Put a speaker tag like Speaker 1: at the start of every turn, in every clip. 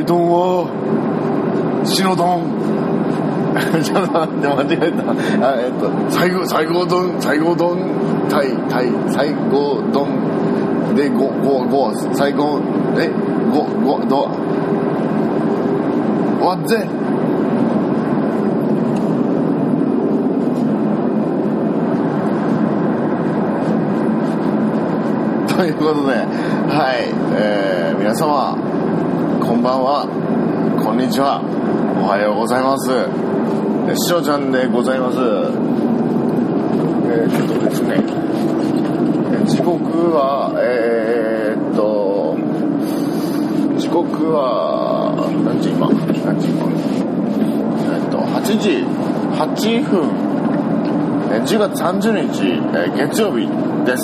Speaker 1: りとんはしのどんちょっと待って間違えた。西郷どん西郷どんでご最後どわっぜということで、はい、皆様こんばんは、こんにちは、おはようございます。しおちゃんでございます。ですね、時刻は何時今8時8分、10月30日、月曜日です。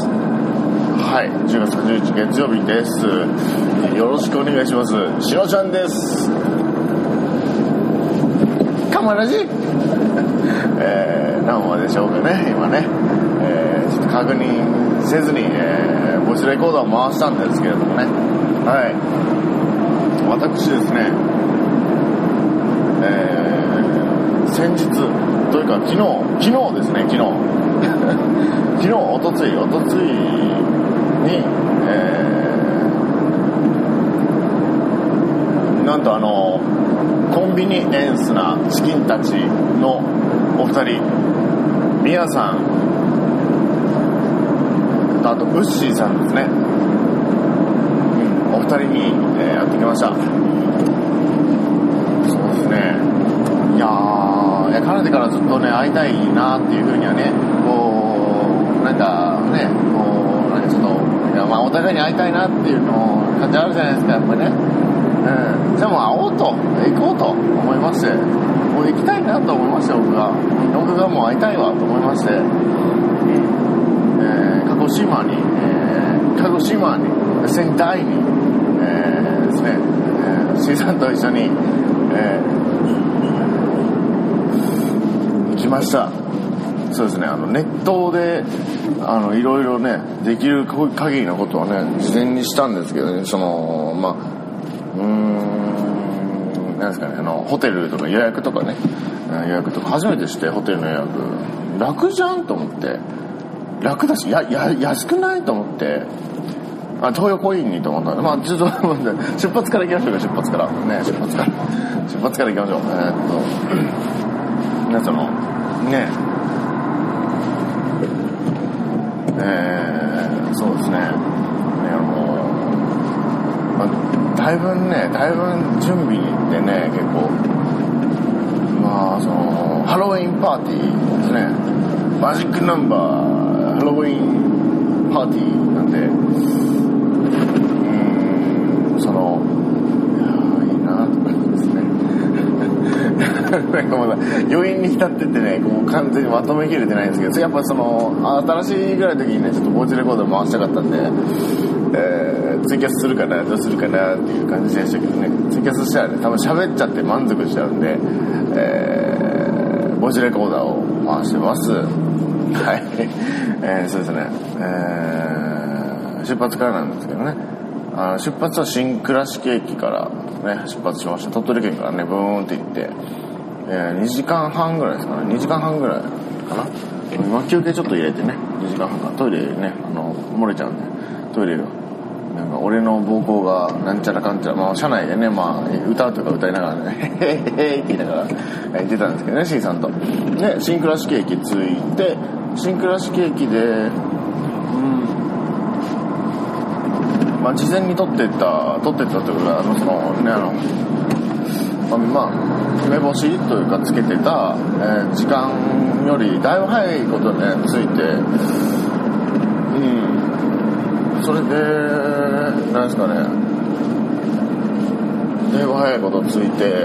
Speaker 1: はい、10月30日月曜日です。よろしくお願いします。しのちゃんです。かまらじ何話でしょうかね、今ね、ちょっと確認せずに、ボイスレコーダーを回したんですけれどもね、はい、私ですね、先日というか昨日ですね、昨日おとついに、なんとコンビニエンスなチキンたちのお二人、ミヤさんとあとウッシーさんですね、お二人に、やってきました。そうですね、いやかねてからずっとね会いたいなっていうふうにはね、こうなんかね、こうなんかちょっとまあお互いに会いたいなっていうの感じあるじゃないですか、やっぱりね。じゃあもう行こうと思いまして、もう行きたいなと思いまして、僕がもう会いたいわと思いまして、鹿児島に仙台に、ですね、C さんと一緒に、行きました。そうですね、ネットでいろいろねできる限りのことはね事前にしたんですけどね、なんですかね、ホテルとか予約とか初めてして、ホテルの予約楽じゃんと思って、楽だし安くないと思って、東洋コインにと思ったんで、まあちょっと出発から行きましょうか。出発から行きましょう。そのねそうですね、だいぶ準備でね、結構そのハロウィンパーティーですね、マジックナンバーハロウィンパーティーなんで、そのいいなとかですねなんかまだ余韻に浸っててね、こう完全にまとめきれてないんですけど、やっぱその新しいぐらいの時にねちょっとボイスレコード回したかったんで、ツイキャスするかなどうするかなっていう感じでしたけどね、ツイキャスしたらね多分喋っちゃって満足しちゃうんで、ボイスレコーダーを回してます。はい、そうですね、出発からなんですけどね、出発は新倉敷駅からね出発しました。鳥取県からねブーンって行って、2時間半ぐらいですかね、2時間半ぐらいかな。今休憩ちょっと入れてね、2時間半からトイレね漏れちゃうんで、トイレがなんか俺の膀胱がなんちゃらかんちゃら、車内でね歌うとか歌いながらねへへへって言いながら言ってたんですけどね、 C さんとで新倉敷駅着いて、新倉敷駅で事前に撮ってったというか目星というかつけてた、時間よりだいぶ早いことねついて、それでなんですかね、だいぶ早いことついて、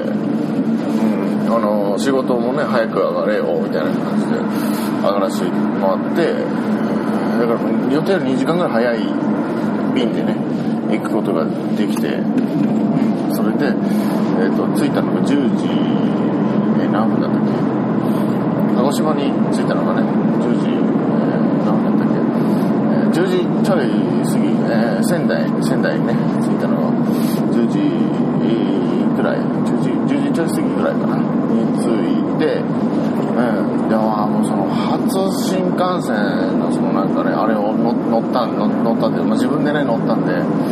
Speaker 1: 仕事もね早く上がれよみたいな感じで上がらせてもらって、だから予定より2時間ぐらい早い便でね行くことができて、それで、着いたのが10時、何分だったっけ、鹿児島に着いたのがね10時、何分だったっけ、10時ちょい過ぎ、仙台にね着いたのが10 10時くらい10時ちょい過ぎくらいかなに着いて、でもその初新幹線のそのなんかねあれを乗ったって、自分でね乗ったんで、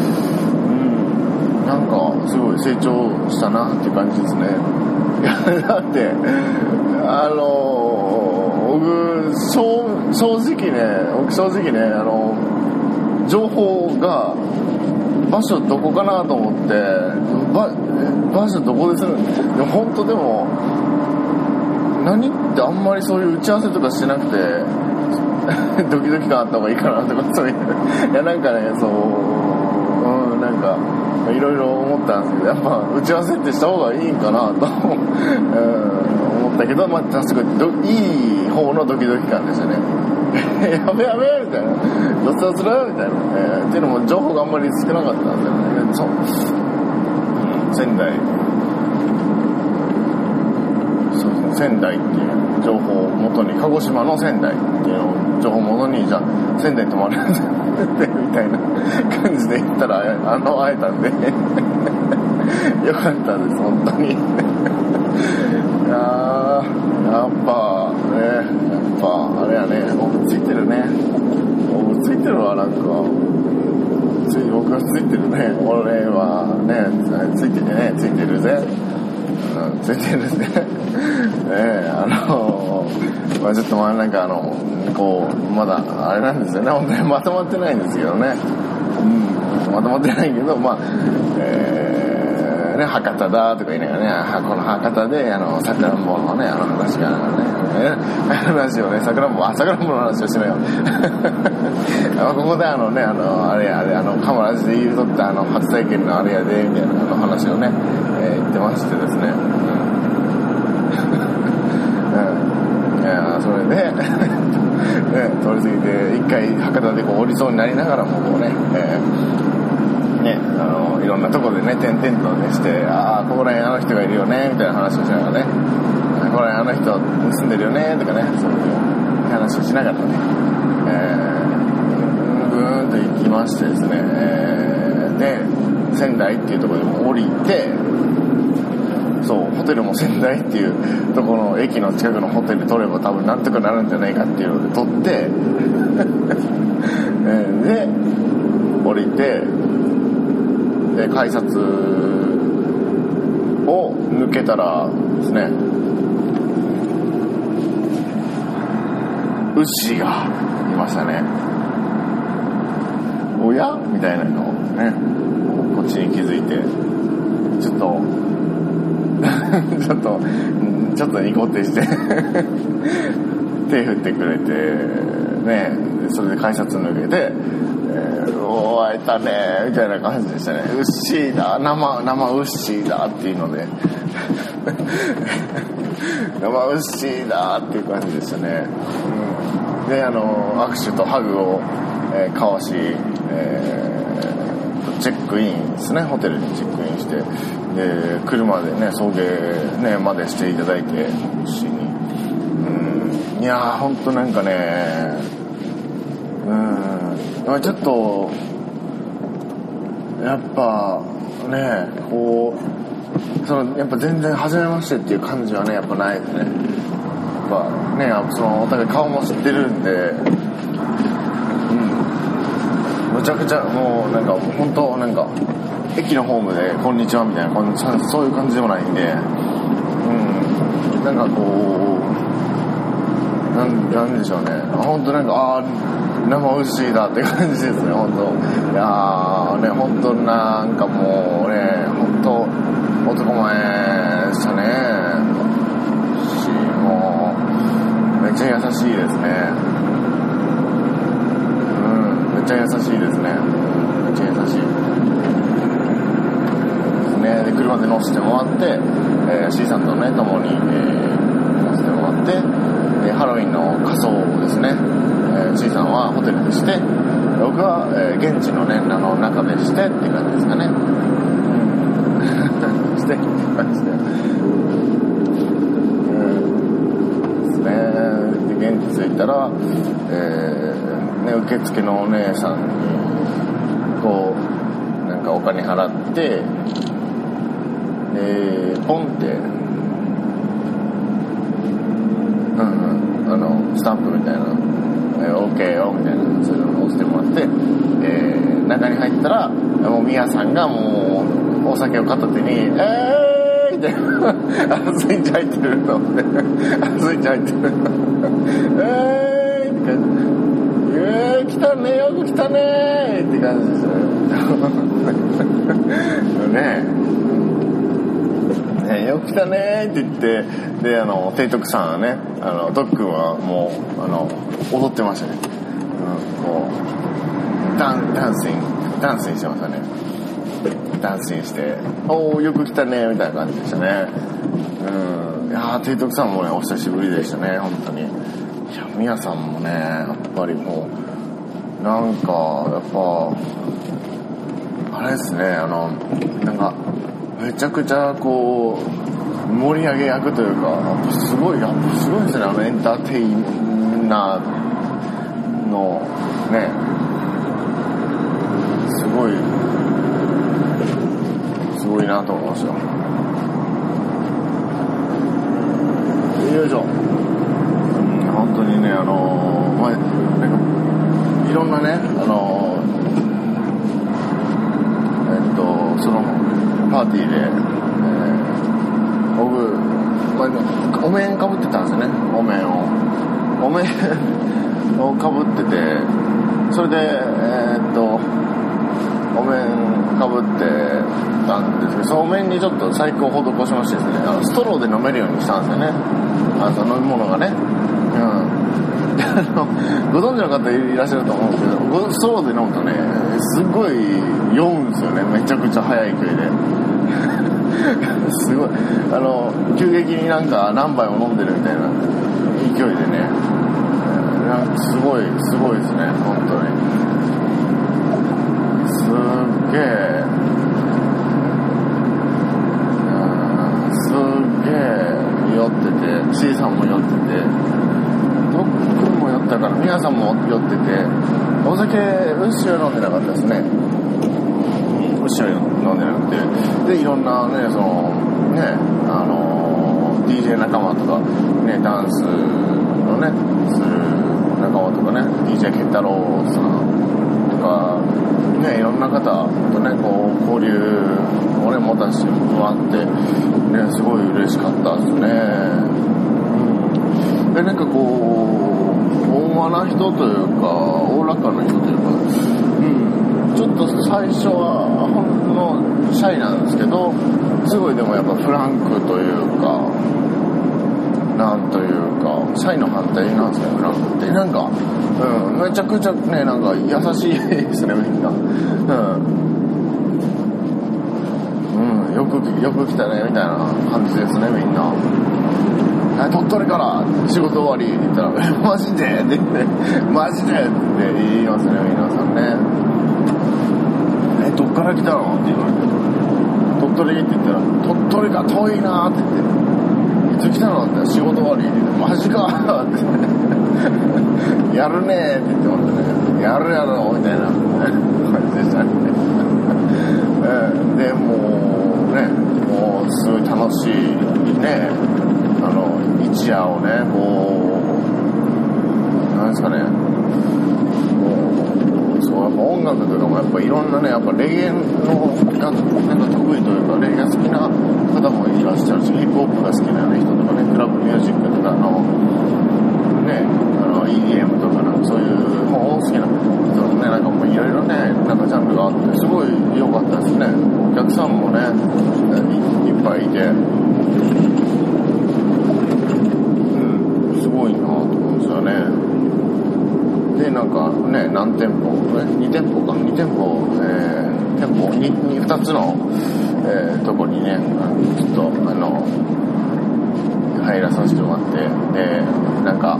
Speaker 1: なんかすごい成長したなっていう感じですね。だって僕正直ね情報が場所どこかなと思って場所どこでするんでも本当でも何ってあんまりそういう打ち合わせとかしてなくてドキドキ感あった方がいいかなとかそういういやなんかねなんかいろいろ思ったんですけどやっぱ打ち合わせってした方がいいんかなと思ったけど確かにいい方のドキドキ感でしたね。やべみたいなどっちだするみたいな、っていうのも情報があんまり少なかったんで、仙台仙台っていう情報を元に鹿児島の仙台っていうのを情報を元にじゃあ仙台泊まるみたいな感じで行ったら会えたんでよかったです本当に。やっぱあれやねオブついてるねついてるわなんか僕がついてるね俺はねついてるぜついてるぜちょっとなんかこうまだあれなんですよね本当にまとまってないんですけどねまとまってないけど博多だとか言いながらねこの博多でさくらんぼのね話がね話をねさくらんぼの話をしないよここであれカモラジで言うとった初体験のあれやでみたいな話をね、言ってましてですねそれで通り過ぎて一回博多でこう降りそうになりながらもこうねいろんなとこでね点々とねしてここら辺人がいるよねみたいな話をしながらねここら辺人住んでるよねとかねそういう話をしながらねぐーんと行きましてですね、で仙台っていうところでも降りてホテルも仙台っていうところの駅の近くのホテル取れば多分なんとかなるんじゃないかっていうので取ってで降りてで改札を抜けたらですねウッシーがいましたね。おやみたいなのをねこっちに気づいてちょっとニコってして手振ってくれてねそれで改札抜けて会えたねみたいな感じでしたね。ウッシーだ生ウッシーだっていうので生ウッシーだっていう感じでしたね、で握手とハグを、交わし、チェックインですねホテルにチェックインしてで車でね送迎ねまでしていただいてウッシーにいやーほんとなんかねちょっとやっぱねこうやっぱ全然初めましてっていう感じはねやっぱないですね。やっぱねお互い顔も知ってるんでむちゃくちゃもうなんか本当なんか駅のホームでこんにちはみたいなそういう感じでもないんでなんかこうなんでしょうね本当なんか生ウッシーだって感じですね本当。いやーね本当なんかもうね本当男前でしたね。もうめっちゃ優しいですね。めっちゃ優しいですね。めっちゃ優しいですね。で車で乗せてもらって、C さんとね共に、乗せてもらってハロウィンの仮装をですね、C さんはホテルでして僕は、現地のね中でしてって感じですかねしてって感じでですね。で現地着いたら、受付のお姉さんにこうなんかお金払って、ポンってスタンプみたいな、OK よみたいな、そういうのを押してもらって、中に入ったら、もうミヤさんがもうお酒を片手に、みたいな、スイッチ入ってると思って、スイッチ入ってる、って感じ、来たね、よく来たねって感じですよね。よく来たねって言って、で、提督さんはね、ドックンはもう、踊ってましたね。こう、ダンシングしてましたね。ダンシングして、おー、よく来たねみたいな感じでしたね。いやー、提督さんもね、お久しぶりでしたね、本当に。いや、皆さんもね、やっぱりもう、なんか、やっぱ、あれですね、なんか、めちゃくちゃこう盛り上げ役というか、すごいですね、エンターテイナーのね、すごいなと思いましたよいしょ。本当にね、なんかいろんなね、そのパーティーで、僕、お面かぶってたんですよね。お面をかぶってて、それでお面かぶってたんですけど、そのお面にちょっと細工を施しましてですね、ストローで飲めるようにしたんですよね、飲み物がね。ご存知の方いらっしゃると思うんですけど、ストローで飲むとね、すごい酔うんですよね、めちゃくちゃ速い勢いですごい急激になんか何杯も飲んでるみたいな勢いでね、すごいですね、本当にすっげえ酔ってて、C さんも酔ってて、僕も酔ったから皆さんも酔ってて、お酒ウッシュ飲んでなかったですね。ウッシュ飲んでなくて、でいろんなね、そのね、DJ 仲間とかね、ダンスのねする仲間とかね、 DJ ケンタロウさんとかね、いろんな方とねこう交流をね持たせてもらってね、すごい嬉しかったですね。でなんかこう温和な人というか、おおらかな人というか、ちょっと最初はほんのシャイなんですけど、すごいでもやっぱフランクというか、なんというか、シャイの反対なんですね、フランクって。なんか、めちゃくちゃね、なんか優しいですね、みんな。よく来たね、みたいな感じですね、みんな。鳥取から仕事終わりって言ったら、マジでって言って、マジでって言いますね、皆さんね。どっから来たのって言われて、鳥取って言ったら、鳥取が遠いなって言って、いつ来たのって仕事終わりって言って、マジかってやるねって言ってましたね。やるやろみたいな感じでしたね。でもうね、もうすごい楽しいね、一夜をね、こうなんですかね、そうやっぱ音楽とかもやっぱいろんなね、やっぱレゲエのなんか得意というか、レゲエが好きな方もいらっしゃるし、ヒップホップが好きな、ね、人とかね、クラブミュージックとかね、EDM とかなんかそういうもう好きな人もね、なんかもういろいろね、なんかジャンルがあってすごい良かったですね。お客さんもね、いっぱいいて、すごいなと思うんですよね。でなんかね、何店舗2店舗2つの、とこにね、ちょっと入らさせてもらって、でなんか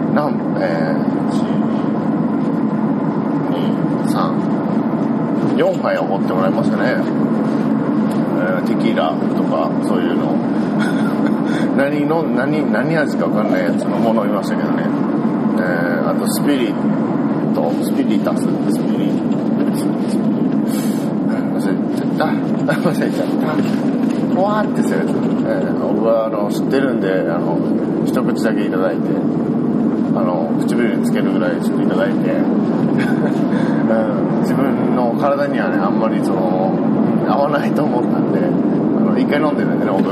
Speaker 1: 4杯を持ってもらいましたね。テキーラとかそういうの何味か分かんないやつのものを見ましたけどね。あとスピリタス忘れちゃったふわーってするやつ、僕は知ってるんで一口だけいただいて唇につけるぐらいちょっといただいて自分の体にはねあんまり合わないと思ったんで一回飲んでるんでね僕、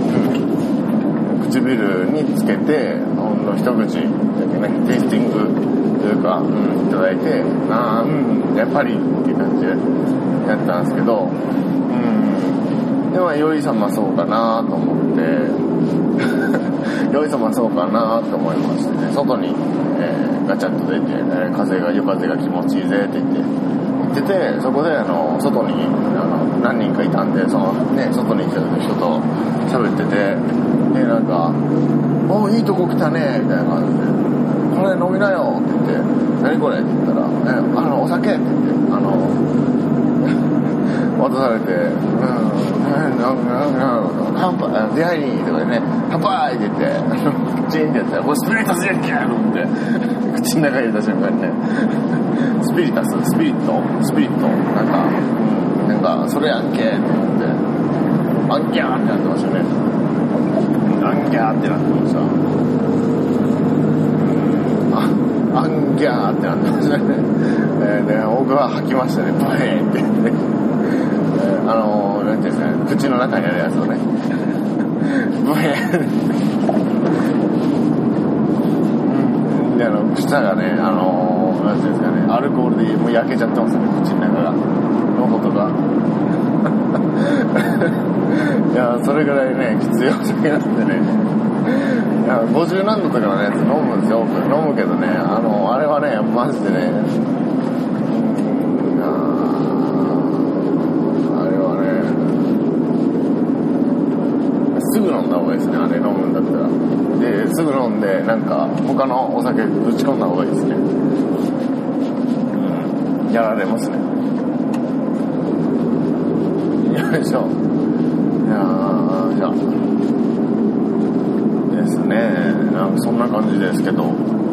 Speaker 1: 唇につけてほんの一口だけねテイスティングというか、いただいてやっぱりっていう感じでやったんですけどでも酔いさまそうかなと思って酔いさまそうかなと思いましてね外に、ガチャッと出て、夜風が気持ちいいぜって言っててそこで外に何人かいたんで外に来た人と喋っててでなんか「おいいとこ来たね」みたいな感じで「これ飲みなよ」って言って「何これ?」って言ったら「お酒」って言って渡されて「乾杯出会いに」とかでね「乾杯」って言ってチンってやったら「これスピリタスやんけ!」と思って口の中に入れた瞬間にねスピリットなんかそれやんけって思ってアンギャーってなってましたねアンギャーってなってましたアンギャーってなってましたねで僕は吐きましたねブヘーって言ってなんていうんですかね口の中にあるやつをねブヘーで舌がねなんていうんですかねアルコールでもう焼けちゃってますね口の中が喉とかいやそれぐらいねきついお酒なんでねいや50何度とかのやつ飲むんですよ僕飲むけどねあれはねマジでねあれはねすぐ飲んだ方がいいですねあれ飲むんだったらですぐ飲んでなんか他のお酒ぶち込んだ方がいいですねやられますねよいしょじゃあですねなんかそんな感じですけどい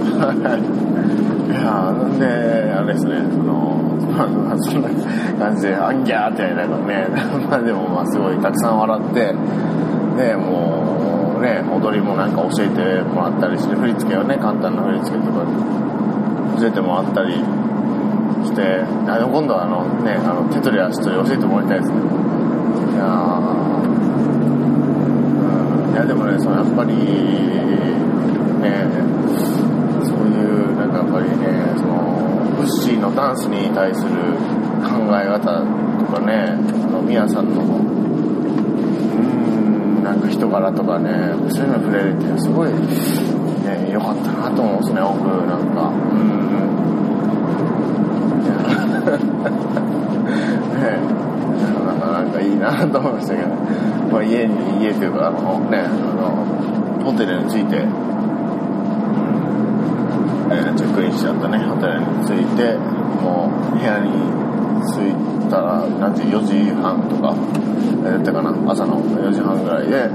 Speaker 1: やなんであれですねそんな感じでアンギャーってやりながらねでもすごいたくさん笑ってでもうね踊りもなんか教えてもらったりして振り付けをね簡単な振り付けとか教えてもらったりして今度は手取り足取り教えてもらいたいですねいやでもねやっぱりねそういうなんかやっぱりねウッシーのダンスに対する考え方とかね皆さんのなんか人柄とかねそういうの触れるってすごいね良かったなと思うんですね僕なんかなんかいいなと思いましたけど、家というかホテルに着いて、チェックインしちゃったねホテルに着いてもう部屋に着いたら4時半とかだったかな朝の4時半ぐらいで、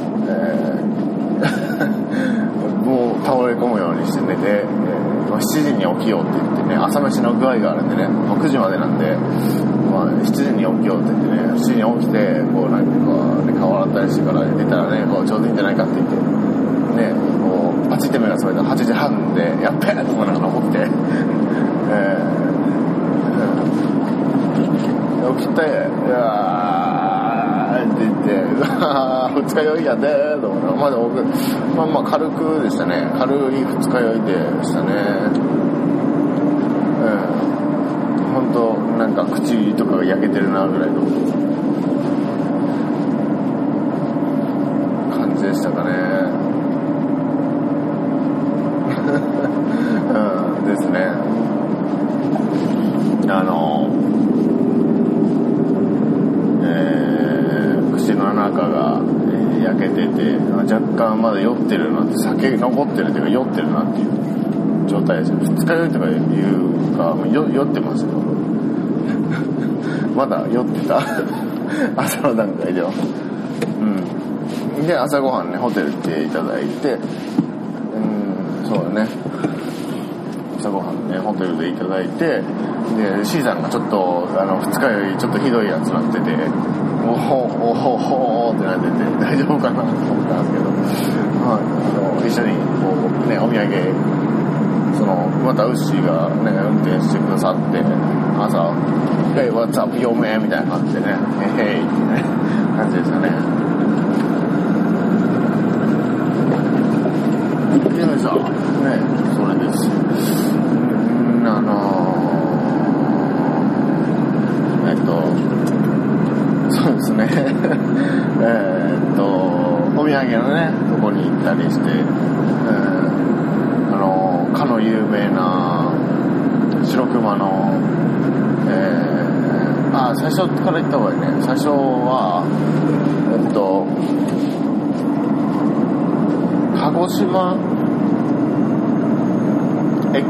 Speaker 1: もう倒れ込むようにして寝て、7時に起きようって言ってね朝飯の具合があるんでね9時までなんで、7時に起きようって言ってね7時に起きてこうなんかね顔洗ったりしてから寝たらねこうちょうどいいんじゃないかって言ってねこうパチって目が覚めたら8時半でやっべーとかなんか起きて起きていやーって言って二日酔いやでーと思ってで僕軽くでしたね軽い二日酔いでしたね本当なんか口とかが焼けてるなぐらいの感じでしたかねですね口の中が焼けてて若干まだ酔ってるなって酒残ってるというか酔ってるなっていう状態ですよ二日酔いとかいうか酔ってますよまだ酔ってた朝の段階ではで朝ごはんねホテル来ていただいてそうだね朝ごはんねホテルでいただいて、で C さんがちょっと2日よりちょっとひどいやつになってて、おほってなってて大丈夫かなと思ったんですけど、一緒にこうねお土産またウッシーがね運転してくださって、朝「Hey, what's up, yo man?」みたいな感じでね「Hey」ってね感じでしたね。よいしょね、それです。そうですねお土産のねとこに行ったりして、かの有名な白熊の、最初から言った方がいいね。最初は鹿児島駅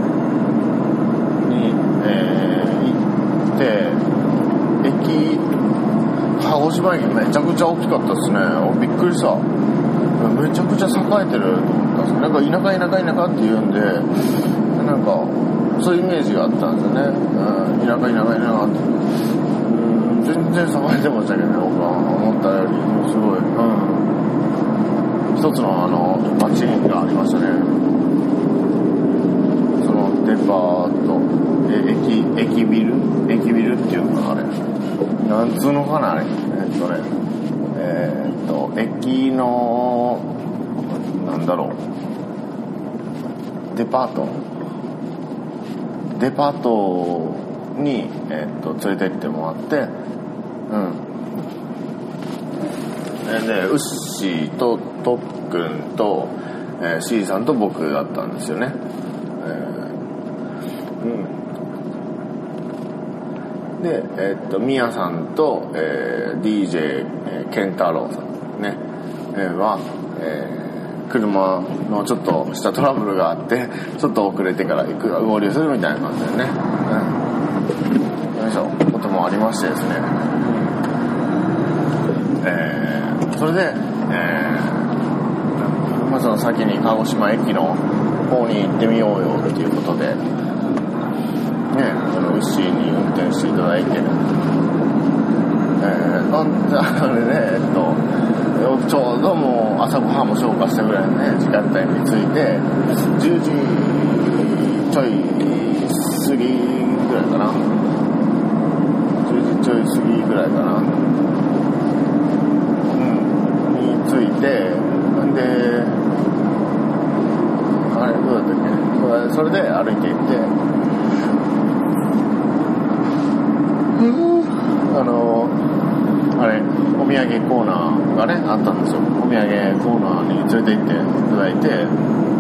Speaker 1: に、行って鹿児島駅めちゃくちゃ大きかったですね。びっくりした。めちゃくちゃ栄えてると思ったんです。なんか田舎って言うんで、なんかそういうイメージがあったんですよね。田舎って全然栄えてましたけどね、僕は思ったよりすごい、一つの街がありましたね。そのデパート駅ビルっていうのかな、あれなんつうのかな、あれ駅のなんだろう、デパートに連れて行ってもらって、でウッシーとトックンと、C さんと僕だったんですよね。でミヤさんと、DJ、ケンタロウさんね、は、車のちょっとしたトラブルがあってちょっと遅れてから合流するみたいな感じでね、よいしょこともありましてですね、それで、その先に鹿児島駅の方に行ってみようよっていうことでウッシーに運転していただいて、あれねちょうどもう朝ごはんも消化したぐらいのね時間帯に着いて10時ちょい過ぎぐらいかな、10時ちょい過ぎぐらいかな、に着いて、であれどうだったっけ、それで歩いていってあれお土産コーナーがねあったんですよ。お土産コーナーに連れて行っていただいて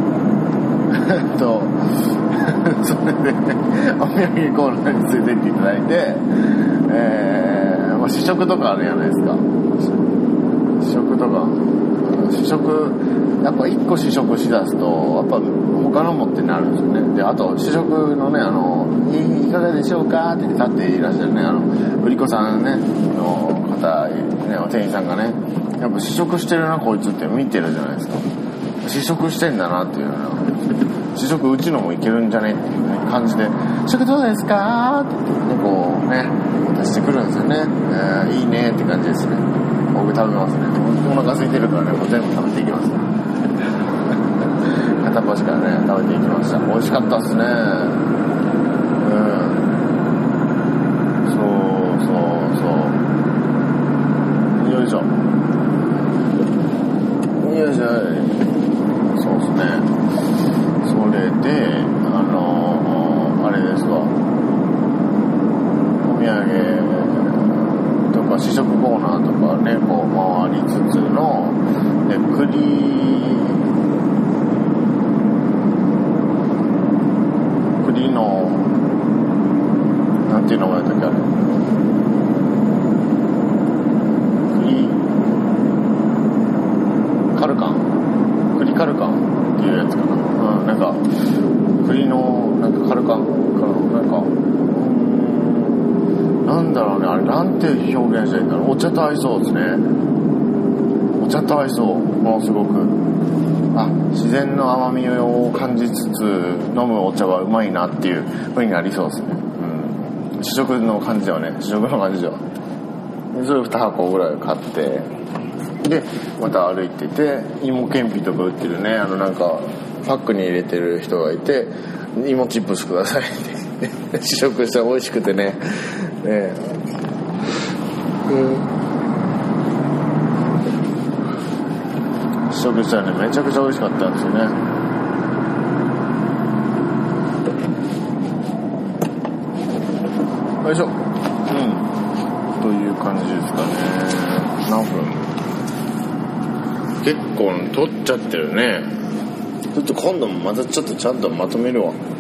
Speaker 1: それでお土産コーナーに連れて行っていただいて、試食とかあるじゃないですか。試食やっぱ1個試食しだすとやっぱ他のもってなるんですよね。であと試食のねいかがでしょうかって立っていらっしゃるね売り子さんねの方ね、お店員さんがねやっぱ試食してるなこいつって見てるじゃないですか。試食してんだなっていう試食うちのもいけるんじゃねっていう、ね、感じで試食どうですかってこうね出してくるんですよね。いいねって感じですね。僕食べますね。お腹空いてるからねもう全部食べていきますね片っ端からね食べていきました。美味しかったっすね。よいしょそうですね。それであれですわ、お土産とか試食コーナーとかねこう回りつつの栗のなんていうのがやったっけ、あれ栗カルカンっていうやつかな、なんか栗のなんかカルカンからなんかなんだろうね、あれなんて表現したらいいんだろう。お茶と合いそうですね。お茶と合いそう、ものすごく。 自然の甘みを感じつつ飲むお茶はうまいなっていう風になりそうですね。試食の感じではね、試食の感じでは。でそれ2箱ぐらい買って、でまた歩いてて、芋けんぴとか売ってるね、なんかパックに入れてる人がいて、芋チップスくださいって試食したら美味しくてね、試食したらね、めちゃくちゃ美味しかったんですよね。よいしょ。という感じですかね。何分？結構取っちゃってるね。ちょっと今度もまたちょっとちゃんとまとめるわ。